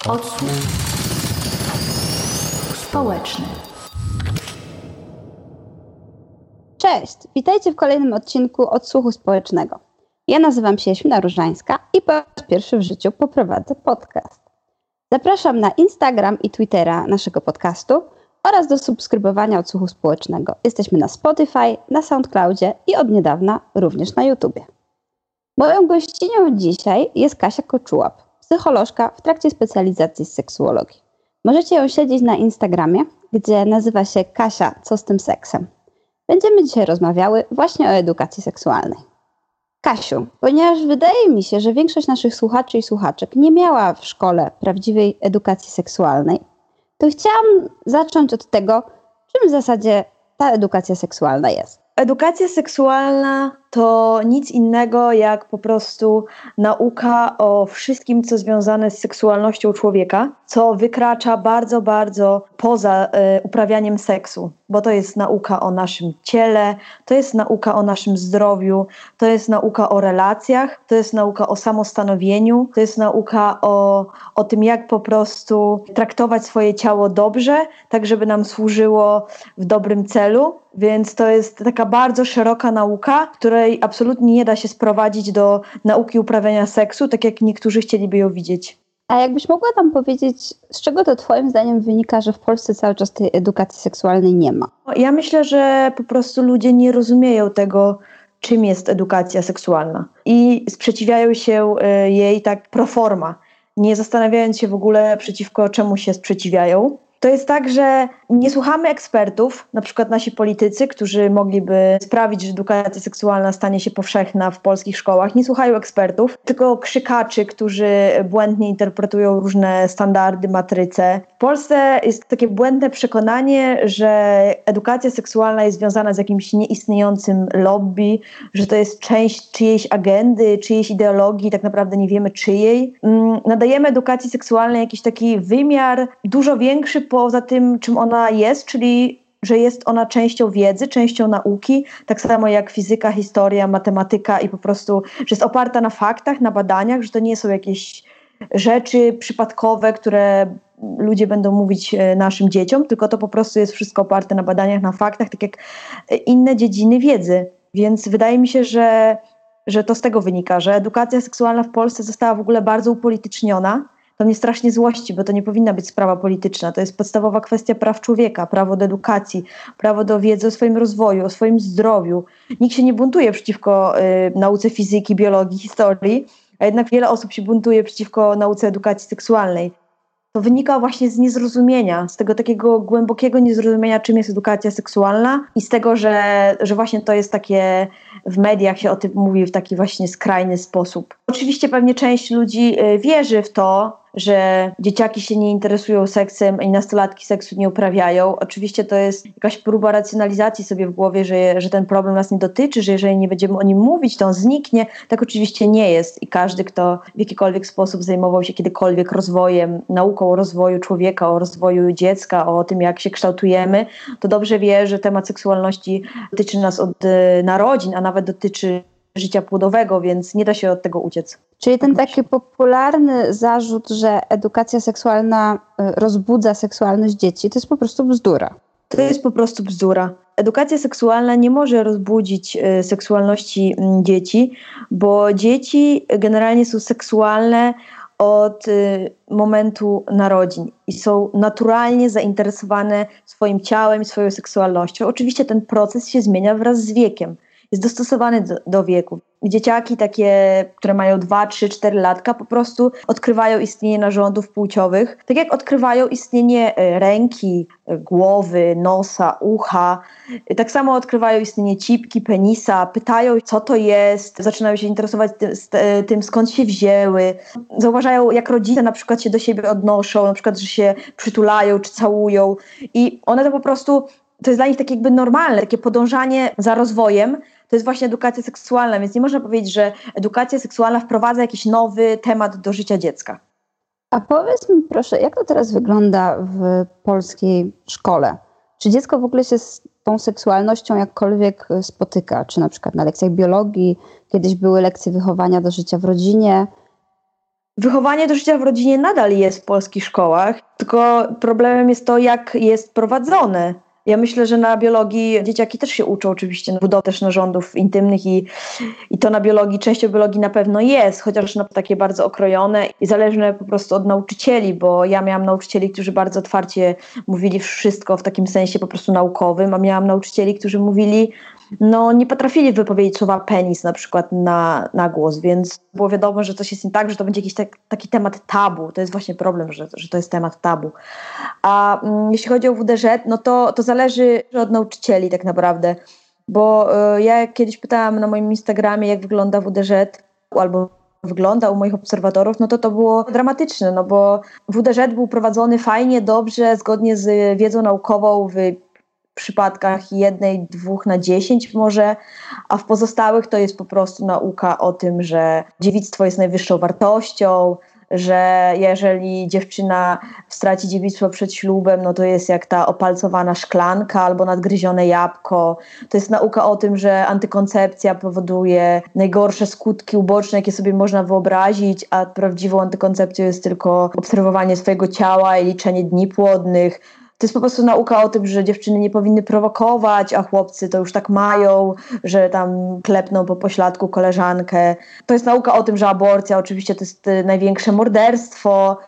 Odsłuch społeczny. Cześć, witajcie w kolejnym odcinku Odsłuchu Społecznego. Ja nazywam się Jaśmina Różańska i po raz pierwszy w życiu poprowadzę podcast. Zapraszam na Instagram i Twittera naszego podcastu oraz do subskrybowania Odsłuchu Społecznego. Jesteśmy na Spotify, na SoundCloudzie i od niedawna również na YouTubie. Moją gościnią dzisiaj jest Kasia Koczułap, psycholożka w trakcie specjalizacji z seksuologii. Możecie ją śledzić na Instagramie, gdzie nazywa się Kasia, co z tym seksem. Będziemy dzisiaj rozmawiały właśnie o edukacji seksualnej. Kasiu, ponieważ wydaje mi się, że większość naszych słuchaczy i słuchaczek nie miała w szkole prawdziwej edukacji seksualnej, to chciałam zacząć od tego, czym w zasadzie ta edukacja seksualna jest. Edukacja seksualna to nic innego jak po prostu nauka o wszystkim, co związane z seksualnością człowieka, co wykracza bardzo, bardzo poza uprawianiem seksu, bo to jest nauka o naszym ciele, to jest nauka o naszym zdrowiu, to jest nauka o relacjach, to jest nauka o samostanowieniu, to jest nauka o tym, jak po prostu traktować swoje ciało dobrze, tak żeby nam służyło w dobrym celu. Więc to jest taka bardzo szeroka nauka, której absolutnie nie da się sprowadzić do nauki uprawiania seksu, tak jak niektórzy chcieliby ją widzieć. A jakbyś mogła nam powiedzieć, z czego to twoim zdaniem wynika, że w Polsce cały czas tej edukacji seksualnej nie ma? Ja myślę, że po prostu ludzie nie rozumieją tego, czym jest edukacja seksualna i sprzeciwiają się jej tak pro forma, nie zastanawiając się w ogóle przeciwko czemu się sprzeciwiają. To jest tak, że nie słuchamy ekspertów, na przykład nasi politycy, którzy mogliby sprawić, że edukacja seksualna stanie się powszechna w polskich szkołach. Nie słuchają ekspertów, tylko krzykaczy, którzy błędnie interpretują różne standardy, matryce. W Polsce jest takie błędne przekonanie, że edukacja seksualna jest związana z jakimś nieistniejącym lobby, że to jest część czyjejś agendy, czyjejś ideologii, tak naprawdę nie wiemy czyjej. Nadajemy edukacji seksualnej jakiś taki wymiar dużo większy poza tym, czym ona jest, czyli że jest ona częścią wiedzy, częścią nauki, tak samo jak fizyka, historia, matematyka i po prostu, że jest oparta na faktach, na badaniach, że to nie są jakieś rzeczy przypadkowe, które ludzie będą mówić naszym dzieciom, tylko to po prostu jest wszystko oparte na badaniach, na faktach, tak jak inne dziedziny wiedzy. Więc wydaje mi się, że to z tego wynika, że edukacja seksualna w Polsce została w ogóle bardzo upolityczniona. To mnie strasznie złości, bo to nie powinna być sprawa polityczna. To jest podstawowa kwestia praw człowieka, prawo do edukacji, prawo do wiedzy o swoim rozwoju, o swoim zdrowiu. Nikt się nie buntuje przeciwko nauce fizyki, biologii, historii, a jednak wiele osób się buntuje przeciwko nauce edukacji seksualnej. To wynika właśnie z niezrozumienia, z tego takiego głębokiego niezrozumienia, czym jest edukacja seksualna i z tego, że właśnie to jest takie, w mediach się o tym mówi w taki właśnie skrajny sposób. Oczywiście pewnie część ludzi wierzy w to, że dzieciaki się nie interesują seksem i nastolatki seksu nie uprawiają. Oczywiście to jest jakaś próba racjonalizacji sobie w głowie, że ten problem nas nie dotyczy, że jeżeli nie będziemy o nim mówić, to on zniknie. Tak oczywiście nie jest i każdy, kto w jakikolwiek sposób zajmował się kiedykolwiek rozwojem, nauką o rozwoju człowieka, o rozwoju dziecka, o tym, jak się kształtujemy, to dobrze wie, że temat seksualności dotyczy nas od narodzin, a nawet dotyczy życia płodowego, więc nie da się od tego uciec. Czyli ten taki popularny zarzut, że edukacja seksualna rozbudza seksualność dzieci, to jest po prostu bzdura. To jest po prostu bzdura. Edukacja seksualna nie może rozbudzić seksualności dzieci, bo dzieci generalnie są seksualne od momentu narodzin i są naturalnie zainteresowane swoim ciałem i swoją seksualnością. Oczywiście ten proces się zmienia wraz z wiekiem. Jest dostosowany do wieku. Dzieciaki takie, które mają 2, 3, 4 latka, po prostu odkrywają istnienie narządów płciowych, tak jak odkrywają istnienie ręki, głowy, nosa, ucha. Tak samo odkrywają istnienie cipki, penisa, pytają, co to jest, zaczynają się interesować tym, skąd się wzięły. Zauważają, jak rodzice na przykład się do siebie odnoszą, na przykład, że się przytulają czy całują. I one to po prostu, to jest dla nich takie jakby normalne, takie podążanie za rozwojem. To jest właśnie edukacja seksualna, więc nie można powiedzieć, że edukacja seksualna wprowadza jakiś nowy temat do życia dziecka. A powiedz mi proszę, jak to teraz wygląda w polskiej szkole? Czy dziecko w ogóle się z tą seksualnością jakkolwiek spotyka? Czy na przykład na lekcjach biologii, kiedyś były lekcje wychowania do życia w rodzinie? Wychowanie do życia w rodzinie nadal jest w polskich szkołach, tylko problemem jest to, jak jest prowadzone. Ja myślę, że na biologii dzieciaki też się uczą oczywiście budowy też narządów intymnych i to na biologii, częścią biologii na pewno jest, chociaż takie bardzo okrojone i zależne po prostu od nauczycieli, bo ja miałam nauczycieli, którzy bardzo otwarcie mówili wszystko w takim sensie po prostu naukowym, a miałam nauczycieli, którzy mówili, nie potrafili wypowiedzieć słowa penis na przykład na głos, więc było wiadomo, że coś jest nie tak, że to będzie jakiś taki temat tabu. To jest właśnie problem, że to jest temat tabu. A jeśli chodzi o WDŻ, to zależy od nauczycieli tak naprawdę, bo ja kiedyś pytałam na moim Instagramie, jak wygląda WDŻ, albo wygląda u moich obserwatorów, to było dramatyczne, bo WDŻ był prowadzony fajnie, dobrze, zgodnie z wiedzą naukową w przypadkach 1, 2 na 10 może, a w pozostałych to jest po prostu nauka o tym, że dziewictwo jest najwyższą wartością, że jeżeli dziewczyna straci dziewictwo przed ślubem, to jest jak ta opalcowana szklanka albo nadgryzione jabłko. To jest nauka o tym, że antykoncepcja powoduje najgorsze skutki uboczne, jakie sobie można wyobrazić, a prawdziwą antykoncepcją jest tylko obserwowanie swojego ciała i liczenie dni płodnych. To jest po prostu nauka o tym, że dziewczyny nie powinny prowokować, a chłopcy to już tak mają, że tam klepną po pośladku koleżankę. To jest nauka o tym, że aborcja oczywiście to jest największe morderstwo,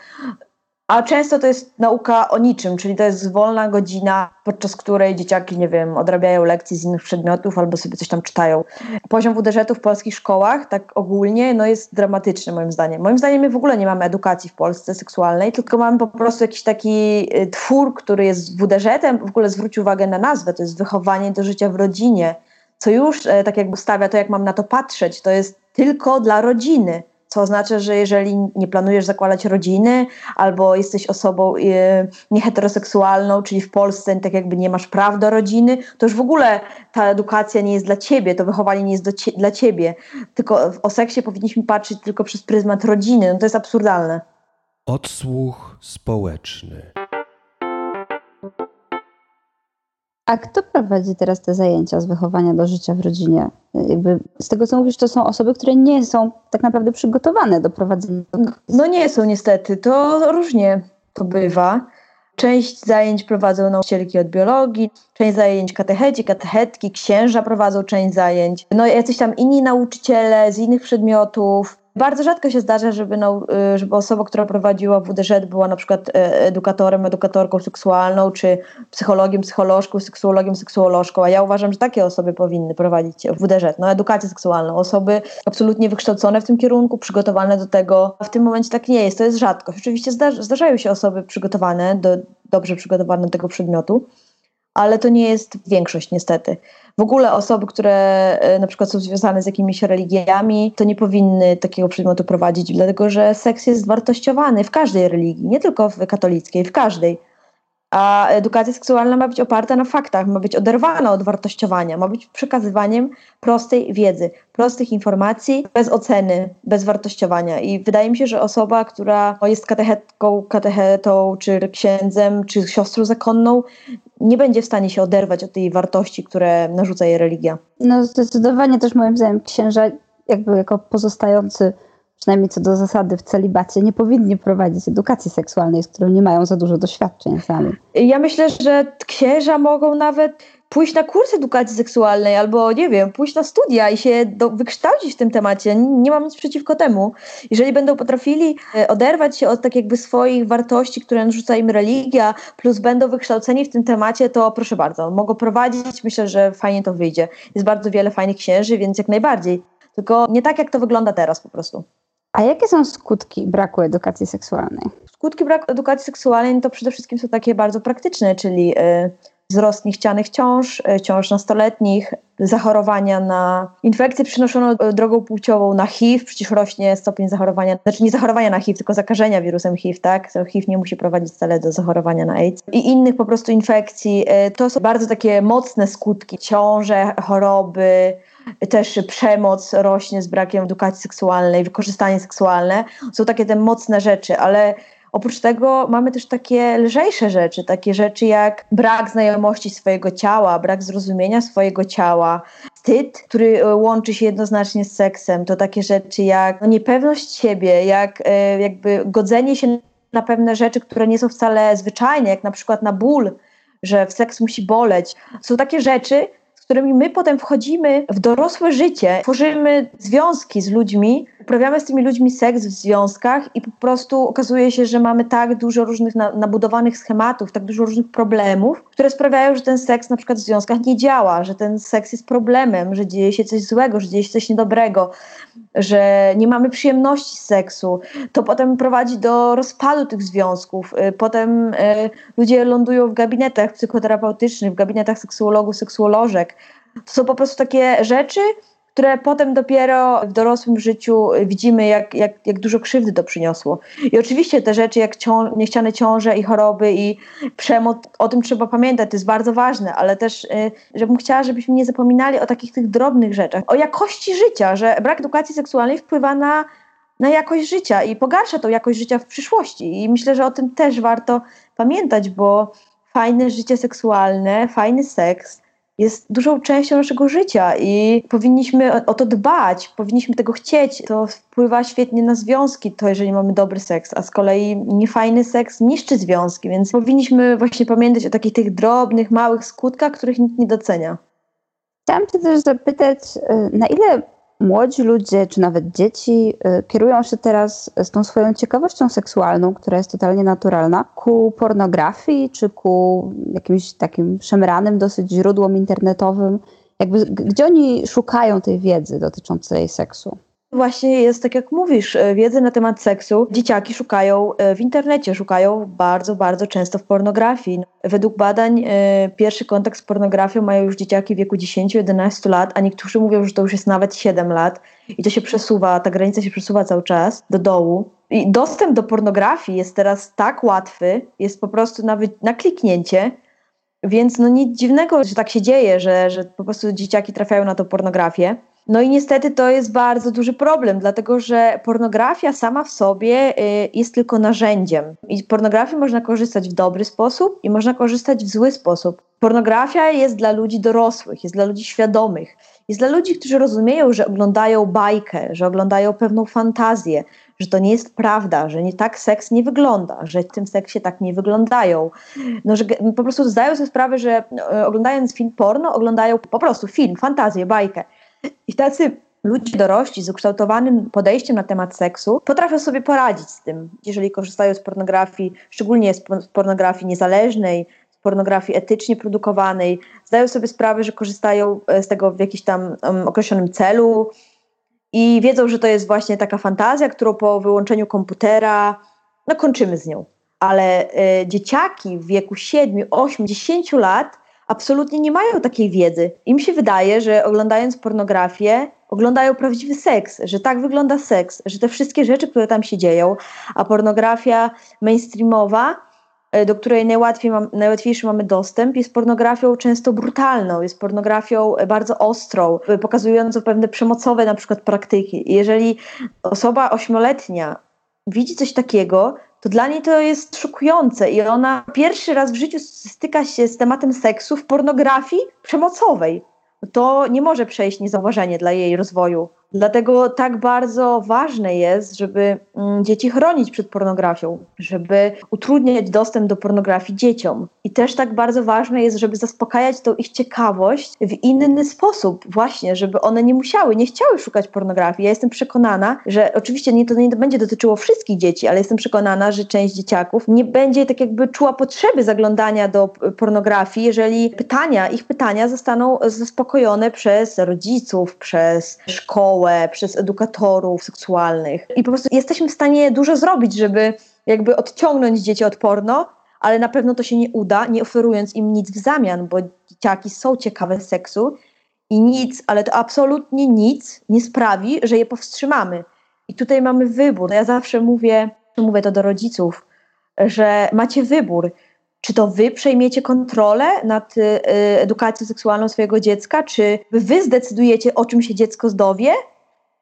a często to jest nauka o niczym, czyli to jest wolna godzina, podczas której dzieciaki, odrabiają lekcje z innych przedmiotów albo sobie coś tam czytają. Poziom WDŻ w polskich szkołach, tak ogólnie, jest dramatyczny moim zdaniem. Moim zdaniem my w ogóle nie mamy edukacji w Polsce seksualnej, tylko mamy po prostu jakiś taki twór, który jest WDŻ-em, w ogóle zwróć uwagę na nazwę, to jest wychowanie do życia w rodzinie, co już tak jakby stawia to, jak mam na to patrzeć, to jest tylko dla rodziny. Co oznacza, że jeżeli nie planujesz zakładać rodziny albo jesteś osobą nieheteroseksualną, czyli w Polsce tak jakby nie masz praw do rodziny, to już w ogóle ta edukacja nie jest dla ciebie, to wychowanie nie jest dla ciebie. Tylko o seksie powinniśmy patrzeć tylko przez pryzmat rodziny. To jest absurdalne. Odsłuch społeczny. A kto prowadzi teraz te zajęcia z wychowania do życia w rodzinie? Z tego, co mówisz, to są osoby, które nie są tak naprawdę przygotowane do prowadzenia. Nie są niestety. To różnie to bywa. Część zajęć prowadzą nauczycielki od biologii, część zajęć katecheci, katechetki, księża prowadzą część zajęć. Jacyś tam inni nauczyciele z innych przedmiotów. Bardzo rzadko się zdarza, żeby osoba, która prowadziła WDŻ, była na przykład edukatorem, edukatorką seksualną, czy psychologiem, psycholożką, seksuologiem, seksuolożką, a ja uważam, że takie osoby powinny prowadzić WDŻ, edukację seksualną. Osoby absolutnie wykształcone w tym kierunku, przygotowane do tego. W tym momencie tak nie jest, to jest rzadkość. Oczywiście zdarzają się osoby dobrze przygotowane do tego przedmiotu, ale to nie jest większość niestety. W ogóle osoby, które na przykład są związane z jakimiś religiami, to nie powinny takiego przedmiotu prowadzić, dlatego że seks jest wartościowany w każdej religii, nie tylko w katolickiej, w każdej. A edukacja seksualna ma być oparta na faktach, ma być oderwana od wartościowania, ma być przekazywaniem prostej wiedzy, prostych informacji, bez oceny, bez wartościowania. I wydaje mi się, że osoba, która jest katechetką, katechetą, czy księdzem, czy siostrą zakonną, nie będzie w stanie się oderwać od tej wartości, które narzuca jej religia. Zdecydowanie też moim zdaniem księża jako pozostający, przynajmniej co do zasady, w celibacie, nie powinni prowadzić edukacji seksualnej, z którą nie mają za dużo doświadczeń sami. Ja myślę, że księża mogą nawet pójść na kurs edukacji seksualnej albo, pójść na studia i się wykształcić w tym temacie. Nie mam nic przeciwko temu. Jeżeli będą potrafili oderwać się od tak jakby swoich wartości, które narzuca im religia, plus będą wykształceni w tym temacie, to proszę bardzo, mogą prowadzić. Myślę, że fajnie to wyjdzie. Jest bardzo wiele fajnych księży, więc jak najbardziej. Tylko nie tak, jak to wygląda teraz po prostu. A jakie są skutki braku edukacji seksualnej? Skutki braku edukacji seksualnej to przede wszystkim są takie bardzo praktyczne, czyli wzrost niechcianych ciąż, ciąż nastoletnich, zachorowania na infekcję przynoszoną drogą płciową, na HIV, przecież rośnie stopień zachorowania, nie zachorowania na HIV, tylko zakażenia wirusem HIV, tak? HIV nie musi prowadzić wcale do zachorowania na AIDS. I innych po prostu infekcji. To są bardzo takie mocne skutki. Ciąże, choroby, też przemoc rośnie z brakiem edukacji seksualnej, wykorzystanie seksualne. Są takie te mocne rzeczy, ale Oprócz tego mamy też takie lżejsze rzeczy, takie rzeczy jak brak znajomości swojego ciała, brak zrozumienia swojego ciała, wstyd, który łączy się jednoznacznie z seksem. To takie rzeczy jak niepewność siebie, jak jakby godzenie się na pewne rzeczy, które nie są wcale zwyczajne, jak na przykład na ból, że seks musi boleć. Są takie rzeczy, z którymi my potem wchodzimy w dorosłe życie, tworzymy związki z ludźmi, uprawiamy z tymi ludźmi seks w związkach i po prostu okazuje się, że mamy tak dużo różnych nabudowanych schematów, tak dużo różnych problemów, które sprawiają, że ten seks na przykład w związkach nie działa, że ten seks jest problemem, że dzieje się coś złego, że dzieje się coś niedobrego, że nie mamy przyjemności z seksu. To potem prowadzi do rozpadu tych związków. Potem ludzie lądują w gabinetach psychoterapeutycznych, w gabinetach seksuologów, seksuolożek. To są po prostu takie rzeczy, które potem dopiero w dorosłym życiu widzimy, jak dużo krzywdy to przyniosło. I oczywiście te rzeczy jak niechciane ciąże i choroby i przemoc, o tym trzeba pamiętać, to jest bardzo ważne, ale też żebym chciała, żebyśmy nie zapominali o takich tych drobnych rzeczach, o jakości życia, że brak edukacji seksualnej wpływa na jakość życia i pogarsza tą jakość życia w przyszłości. I myślę, że o tym też warto pamiętać, bo fajne życie seksualne, fajny seks jest dużą częścią naszego życia i powinniśmy o to dbać, powinniśmy tego chcieć. To wpływa świetnie na związki, to jeżeli mamy dobry seks, a z kolei niefajny seks niszczy związki, więc powinniśmy właśnie pamiętać o takich tych drobnych, małych skutkach, których nikt nie docenia. Chciałam Cię też zapytać, na ile młodzi ludzie, czy nawet dzieci kierują się teraz z tą swoją ciekawością seksualną, która jest totalnie naturalna, ku pornografii, czy ku jakimś takim szemranym dosyć źródłom internetowym? Jakby, gdzie oni szukają tej wiedzy dotyczącej seksu? Właśnie jest tak jak mówisz, wiedzy na temat seksu dzieciaki szukają w internecie, szukają bardzo, bardzo często w pornografii. Według badań pierwszy kontakt z pornografią mają już dzieciaki w wieku 10-11 lat, a niektórzy mówią, że to już jest nawet 7 lat i to się przesuwa, ta granica się przesuwa cały czas do dołu. I dostęp do pornografii jest teraz tak łatwy, jest po prostu na kliknięcie, więc no nic dziwnego, że tak się dzieje, że po prostu dzieciaki trafiają na tą pornografię. No i niestety to jest bardzo duży problem, dlatego że pornografia sama w sobie jest tylko narzędziem. I z pornografii można korzystać w dobry sposób i można korzystać w zły sposób. Pornografia jest dla ludzi dorosłych, jest dla ludzi świadomych. Jest dla ludzi, którzy rozumieją, że oglądają bajkę, że oglądają pewną fantazję, że to nie jest prawda, że nie tak seks nie wygląda, że w tym seksie tak nie wyglądają. No, że po prostu zdają sobie sprawę, że oglądając film porno, oglądają po prostu film, fantazję, bajkę. I tacy ludzie dorośli z ukształtowanym podejściem na temat seksu potrafią sobie poradzić z tym, jeżeli korzystają z pornografii, szczególnie z pornografii niezależnej, z pornografii etycznie produkowanej, zdają sobie sprawę, że korzystają z tego w jakimś tam określonym celu i wiedzą, że to jest właśnie taka fantazja, którą po wyłączeniu komputera kończymy z nią. Ale dzieciaki w wieku 7, 8, 10 lat absolutnie nie mają takiej wiedzy. Im się wydaje, że oglądając pornografię, oglądają prawdziwy seks, że tak wygląda seks, że te wszystkie rzeczy, które tam się dzieją, a pornografia mainstreamowa, do której najłatwiejszy mamy dostęp, jest pornografią często brutalną, jest pornografią bardzo ostrą, pokazującą pewne przemocowe na przykład praktyki. I jeżeli osoba 8-letnia widzi coś takiego, to dla niej to jest szokujące i ona pierwszy raz w życiu styka się z tematem seksu w pornografii przemocowej. To nie może przejść niezauważenie dla jej rozwoju. Dlatego tak bardzo ważne jest, żeby dzieci chronić przed pornografią, żeby utrudniać dostęp do pornografii dzieciom. I też tak bardzo ważne jest, żeby zaspokajać tą ich ciekawość w inny sposób właśnie, żeby one nie chciały szukać pornografii. Ja jestem przekonana, że oczywiście to nie będzie dotyczyło wszystkich dzieci, ale jestem przekonana, że część dzieciaków nie będzie tak jakby czuła potrzeby zaglądania do pornografii, jeżeli ich pytania zostaną zaspokojone przez rodziców, przez szkołę, przez edukatorów seksualnych. I po prostu jesteśmy w stanie dużo zrobić, żeby jakby odciągnąć dzieci od porno, ale na pewno to się nie uda, nie oferując im nic w zamian, bo dzieciaki są ciekawe seksu i nic, ale to absolutnie nic nie sprawi, że je powstrzymamy. I tutaj mamy wybór. Ja zawsze mówię to do rodziców, że macie wybór. Czy to wy przejmiecie kontrolę nad edukacją seksualną swojego dziecka, czy wy zdecydujecie, o czym się dziecko dowie,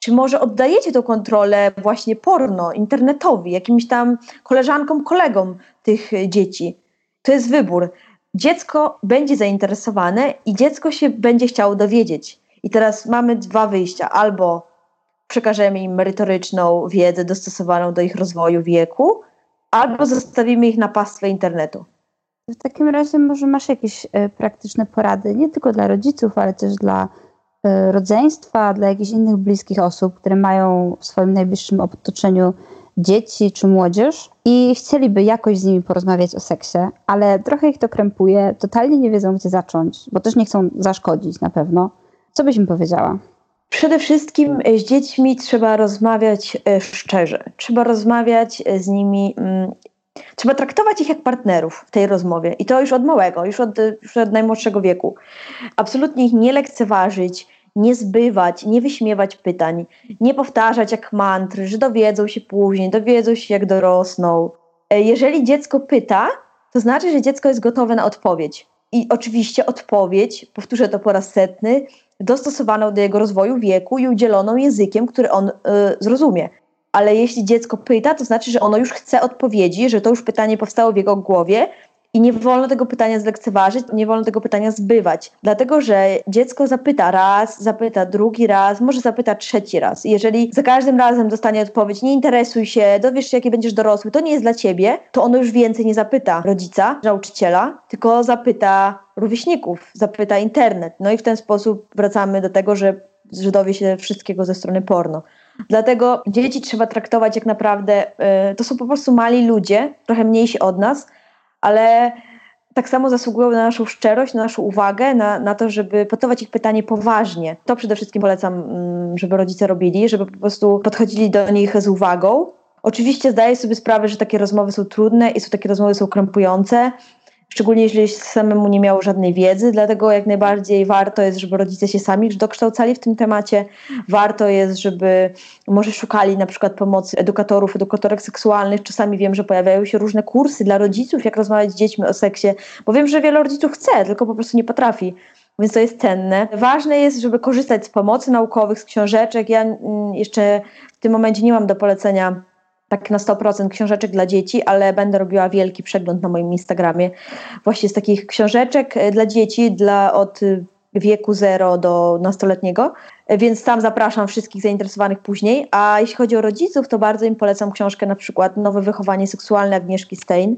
Czy może oddajecie tą kontrolę właśnie porno, internetowi, jakimś tam koleżankom, kolegom tych dzieci? To jest wybór. Dziecko będzie zainteresowane i dziecko się będzie chciało dowiedzieć. I teraz mamy 2 wyjścia. Albo przekażemy im merytoryczną wiedzę dostosowaną do ich rozwoju wieku, albo zostawimy ich na pastwę internetu. W takim razie może masz jakieś praktyczne porady, nie tylko dla rodziców, ale też dla rodzeństwa, dla jakichś innych bliskich osób, które mają w swoim najbliższym otoczeniu dzieci czy młodzież i chcieliby jakoś z nimi porozmawiać o seksie, ale trochę ich to krępuje, totalnie nie wiedzą, gdzie zacząć, bo też nie chcą zaszkodzić na pewno. Co byś im powiedziała? Przede wszystkim z dziećmi trzeba rozmawiać szczerze. Trzeba rozmawiać z nimi, trzeba traktować ich jak partnerów w tej rozmowie. I to już od małego, już od najmłodszego wieku. Absolutnie ich nie lekceważyć, nie zbywać, nie wyśmiewać pytań, nie powtarzać jak mantry, że dowiedzą się później, dowiedzą się jak dorosną. Jeżeli dziecko pyta, to znaczy, że dziecko jest gotowe na odpowiedź. I oczywiście odpowiedź, powtórzę to po raz setny, dostosowaną do jego rozwoju wieku i udzieloną językiem, który on zrozumie. Ale jeśli dziecko pyta, to znaczy, że ono już chce odpowiedzi, że to już pytanie powstało w jego głowie i nie wolno tego pytania zlekceważyć, nie wolno tego pytania zbywać. Dlatego, że dziecko zapyta raz, zapyta drugi raz, może zapyta trzeci raz. Jeżeli za każdym razem dostanie odpowiedź, nie interesuj się, dowiesz się, jaki będziesz dorosły, to nie jest dla ciebie, to ono już więcej nie zapyta rodzica, nauczyciela, tylko zapyta rówieśników, zapyta internet. No i w ten sposób wracamy do tego, że dowie się wszystkiego ze strony porno. Dlatego dzieci trzeba traktować jak naprawdę, to są po prostu mali ludzie, trochę mniejsi od nas, ale tak samo zasługują na naszą szczerość, na naszą uwagę, na to, żeby poddawać ich pytanie poważnie. To przede wszystkim polecam, żeby rodzice robili, żeby po prostu podchodzili do nich z uwagą. Oczywiście zdaję sobie sprawę, że takie rozmowy są trudne i takie rozmowy są krępujące, szczególnie jeżeli samemu nie miało żadnej wiedzy, dlatego jak najbardziej warto jest, żeby rodzice się sami już dokształcali w tym temacie. Warto jest, żeby może szukali na przykład pomocy edukatorów, edukatorek seksualnych. Czasami wiem, że pojawiają się różne kursy dla rodziców, jak rozmawiać z dziećmi o seksie, bo wiem, że wiele rodziców chce, tylko po prostu nie potrafi. Więc to jest cenne. Ważne jest, żeby korzystać z pomocy naukowych, z książeczek. Ja jeszcze w tym momencie nie mam do polecenia tak na 100% książeczek dla dzieci, ale będę robiła wielki przegląd na moim Instagramie właśnie z takich książeczek dla dzieci od wieku 0 do nastoletniego, więc tam zapraszam wszystkich zainteresowanych później. A jeśli chodzi o rodziców, to bardzo im polecam książkę na przykład Nowe wychowanie seksualne Agnieszki Stein.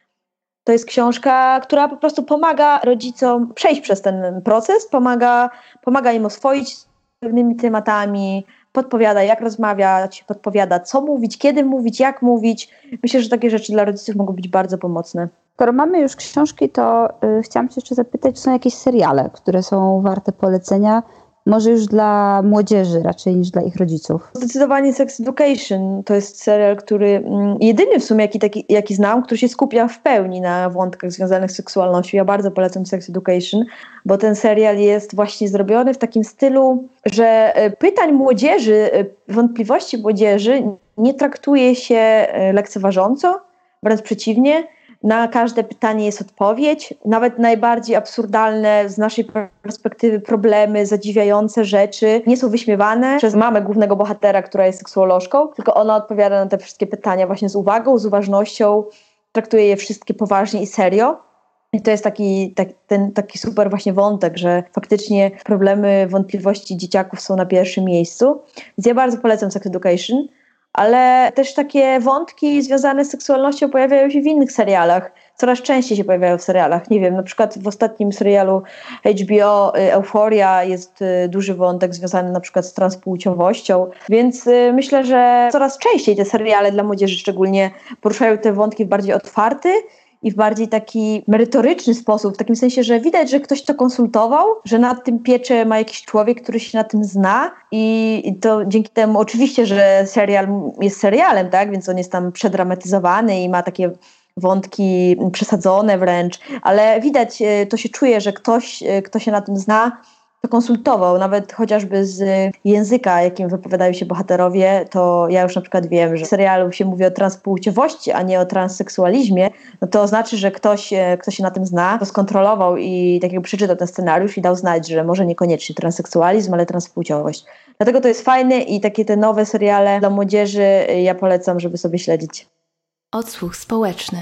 To jest książka, która po prostu pomaga rodzicom przejść przez ten proces, pomaga im oswoić z pewnymi tematami, podpowiada, jak rozmawiać, podpowiada, co mówić, kiedy mówić, jak mówić. Myślę, że takie rzeczy dla rodziców mogą być bardzo pomocne. Skoro mamy już książki, to chciałam cię jeszcze zapytać, czy są jakieś seriale, które są warte polecenia, może już dla młodzieży raczej niż dla ich rodziców? Zdecydowanie Sex Education to jest serial, który jedyny w sumie jaki znam, który się skupia w pełni na wątkach związanych z seksualnością. Ja bardzo polecam Sex Education, bo ten serial jest właśnie zrobiony w takim stylu, że pytań młodzieży, wątpliwości młodzieży nie traktuje się lekceważąco, wręcz przeciwnie. Na każde pytanie jest odpowiedź, nawet najbardziej absurdalne z naszej perspektywy problemy, zadziwiające rzeczy nie są wyśmiewane przez mamę głównego bohatera, która jest seksuolożką, tylko ona odpowiada na te wszystkie pytania właśnie z uwagą, z uważnością, traktuje je wszystkie poważnie i serio. I to jest taki super właśnie wątek, że faktycznie problemy, wątpliwości dzieciaków są na pierwszym miejscu. Więc ja bardzo polecam Sex Education. Ale też takie wątki związane z seksualnością pojawiają się w innych serialach. Coraz częściej się pojawiają w serialach. Nie wiem, na przykład w ostatnim serialu HBO Euphoria jest duży wątek związany na przykład z transpłciowością, więc myślę, że coraz częściej te seriale dla młodzieży szczególnie poruszają te wątki w bardziej otwarty i w bardziej taki merytoryczny sposób, w takim sensie, że widać, że ktoś to konsultował, że nad tym pieczę ma jakiś człowiek, który się na tym zna i to dzięki temu oczywiście, że serial jest serialem, tak, więc on jest tam przedramatyzowany i ma takie wątki przesadzone wręcz, ale widać, to się czuje, że ktoś, kto się na tym zna, to konsultował, nawet chociażby z języka, jakim wypowiadają się bohaterowie, to ja już na przykład wiem, że w serialu się mówi o transpłciowości, a nie o transseksualizmie, no to znaczy, że ktoś, kto się na tym zna, to skontrolował i tak jakby przeczytał ten scenariusz i dał znać, że może niekoniecznie transseksualizm, ale transpłciowość. Dlatego to jest fajne i takie te nowe seriale dla młodzieży ja polecam, żeby sobie śledzić. Odsłuch społeczny.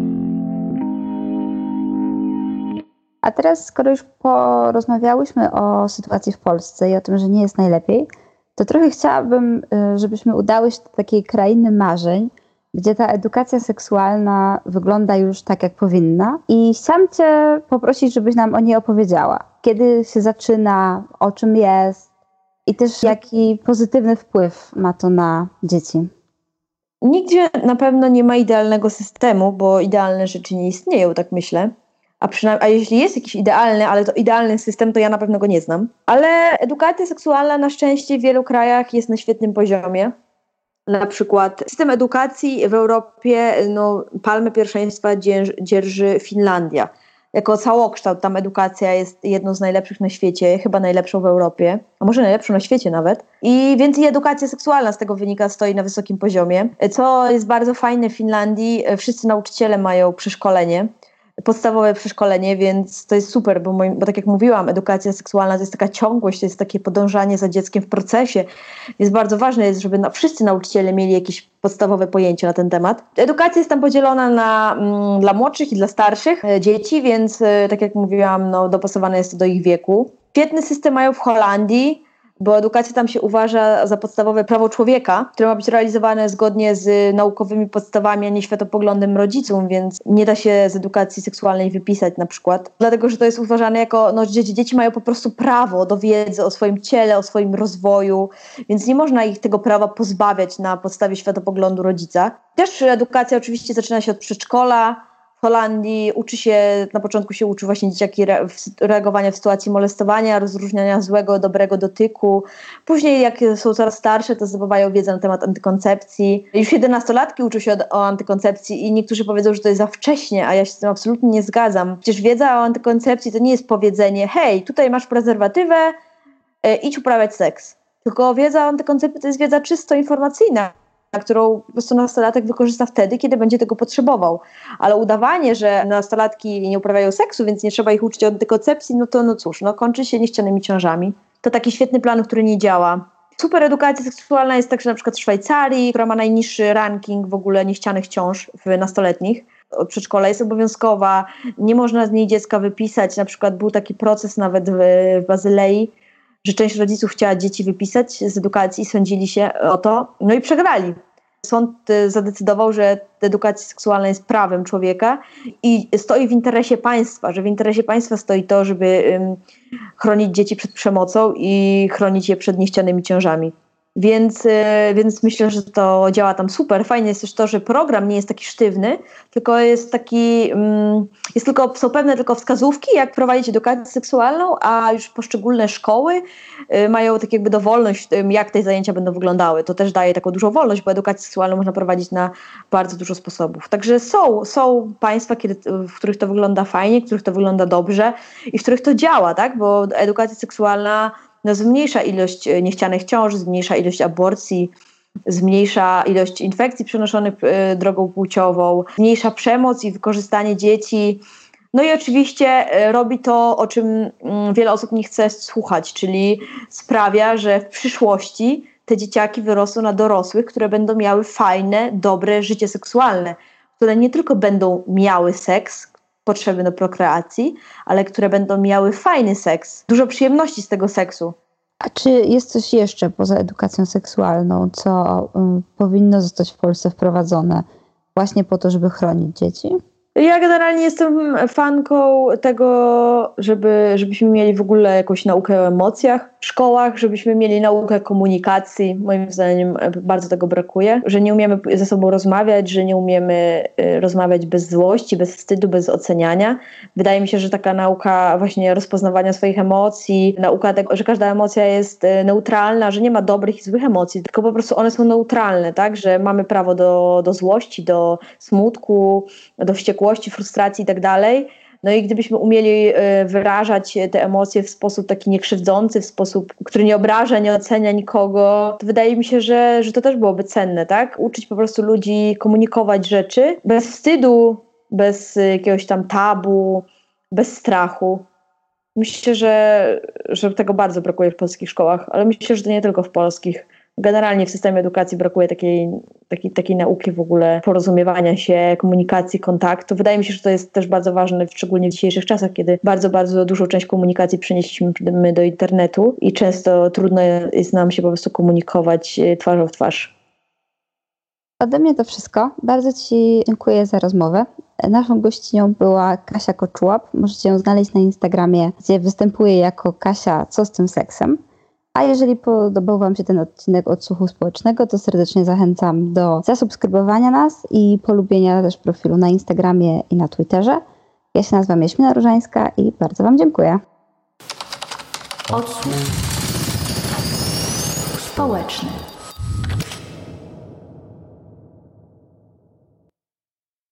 A teraz, skoro już porozmawiałyśmy o sytuacji w Polsce i o tym, że nie jest najlepiej, to trochę chciałabym, żebyśmy udały się do takiej krainy marzeń, gdzie ta edukacja seksualna wygląda już tak, jak powinna. I chciałam Cię poprosić, żebyś nam o niej opowiedziała. Kiedy się zaczyna, o czym jest i też jaki pozytywny wpływ ma to na dzieci. Nigdzie na pewno nie ma idealnego systemu, bo idealne rzeczy nie istnieją, tak myślę. A jeśli jest jakiś idealny, ale to idealny system, to ja na pewno go nie znam. Ale edukacja seksualna na szczęście w wielu krajach jest na świetnym poziomie. Na przykład system edukacji w Europie, palmę pierwszeństwa dzierży Finlandia. Jako całokształt tam edukacja jest jedną z najlepszych na świecie, chyba najlepszą w Europie, a może najlepszą na świecie nawet. I więc i edukacja seksualna z tego wynika, stoi na wysokim poziomie. Co jest bardzo fajne w Finlandii, wszyscy nauczyciele mają przeszkolenie, podstawowe przeszkolenie, więc to jest super, bo tak jak mówiłam, edukacja seksualna to jest taka ciągłość, to jest takie podążanie za dzieckiem w procesie. Jest bardzo ważne, żeby wszyscy nauczyciele mieli jakieś podstawowe pojęcie na ten temat. Edukacja jest tam podzielona dla młodszych i dla starszych dzieci, więc tak jak mówiłam, dopasowane jest to do ich wieku. Świetny system mają w Holandii, bo edukacja tam się uważa za podstawowe prawo człowieka, które ma być realizowane zgodnie z naukowymi podstawami, a nie światopoglądem rodziców, więc nie da się z edukacji seksualnej wypisać na przykład. Dlatego, że to jest uważane jako, że dzieci mają po prostu prawo do wiedzy o swoim ciele, o swoim rozwoju, więc nie można ich tego prawa pozbawiać na podstawie światopoglądu rodzica. Też edukacja oczywiście zaczyna się od przedszkola. W Holandii na początku się uczy właśnie dzieciaki reagowania w sytuacji molestowania, rozróżniania złego, dobrego dotyku. Później jak są coraz starsze, to zdobywają wiedzę na temat antykoncepcji. Już 11-latki uczą się o antykoncepcji i niektórzy powiedzą, że to jest za wcześnie, a ja się z tym absolutnie nie zgadzam. Przecież wiedza o antykoncepcji to nie jest powiedzenie: hej, tutaj masz prezerwatywę, idź uprawiać seks. Tylko wiedza o antykoncepcji to jest wiedza czysto informacyjna, którą po prostu nastolatek wykorzysta wtedy, kiedy będzie tego potrzebował. Ale udawanie, że nastolatki nie uprawiają seksu, więc nie trzeba ich uczyć o antykoncepcji, kończy się niechcianymi ciążami. To taki świetny plan, który nie działa. Super edukacja seksualna jest także na przykład w Szwajcarii, która ma najniższy ranking w ogóle niechcianych ciąż w nastoletnich. Od przedszkola jest obowiązkowa, nie można z niej dziecka wypisać. Na przykład był taki proces nawet w Bazylei, że część rodziców chciała dzieci wypisać z edukacji i sądzili się o to, i przegrali. Sąd zadecydował, że edukacja seksualna jest prawem człowieka i stoi w interesie państwa, że w interesie państwa stoi to, żeby chronić dzieci przed przemocą i chronić je przed niechcianymi ciążami. Więc myślę, że to działa tam super. Fajne jest też to, że program nie jest taki sztywny, tylko jest taki, są pewne tylko wskazówki, jak prowadzić edukację seksualną, a już poszczególne szkoły mają tak jakby dowolność w tym, jak te zajęcia będą wyglądały. To też daje taką dużą wolność, bo edukację seksualną można prowadzić na bardzo dużo sposobów. Także są państwa, w których to wygląda fajnie, w których to wygląda dobrze i w których to działa, tak? Bo edukacja seksualna zmniejsza ilość niechcianych ciąż, zmniejsza ilość aborcji, zmniejsza ilość infekcji przenoszonych drogą płciową, zmniejsza przemoc i wykorzystanie dzieci. I oczywiście robi to, o czym wiele osób nie chce słuchać, czyli sprawia, że w przyszłości te dzieciaki wyrosną na dorosłych, które będą miały fajne, dobre życie seksualne, które nie tylko będą miały seks, potrzeby do prokreacji, ale które będą miały fajny seks, dużo przyjemności z tego seksu. A czy jest coś jeszcze poza edukacją seksualną, co powinno zostać w Polsce wprowadzone właśnie po to, żeby chronić dzieci? Ja generalnie jestem fanką tego, żebyśmy mieli w ogóle jakąś naukę o emocjach w szkołach, żebyśmy mieli naukę komunikacji. Moim zdaniem bardzo tego brakuje, że nie umiemy ze sobą rozmawiać, że nie umiemy rozmawiać bez złości, bez wstydu, bez oceniania. Wydaje mi się, że taka nauka właśnie rozpoznawania swoich emocji, nauka tego, że każda emocja jest neutralna, że nie ma dobrych i złych emocji, tylko po prostu one są neutralne, tak? Że mamy prawo do złości, do smutku, do wściekłości, frustracji i tak dalej. No i gdybyśmy umieli wyrażać te emocje w sposób taki niekrzywdzący, w sposób, który nie obraża, nie ocenia nikogo, to wydaje mi się, że to też byłoby cenne, tak? Uczyć po prostu ludzi komunikować rzeczy bez wstydu, bez jakiegoś tam tabu, bez strachu. Myślę, że tego bardzo brakuje w polskich szkołach, ale myślę, że to nie tylko w polskich. Generalnie w systemie edukacji brakuje takiej nauki w ogóle porozumiewania się, komunikacji, kontaktu. Wydaje mi się, że to jest też bardzo ważne, szczególnie w dzisiejszych czasach, kiedy bardzo, bardzo dużą część komunikacji przenieśliśmy do internetu i często trudno jest nam się po prostu komunikować twarzą w twarz. Ode mnie to wszystko. Bardzo Ci dziękuję za rozmowę. Naszą gościnią była Kasia Koczułap. Możecie ją znaleźć na Instagramie, gdzie występuje jako Kasia Co z tym seksem. A jeżeli podobał Wam się ten odcinek Odsłuchu Społecznego, to serdecznie zachęcam do zasubskrybowania nas i polubienia też profilu na Instagramie i na Twitterze. Ja się nazywam Jaśmina Różańska i bardzo Wam dziękuję. Odsłuch społeczny.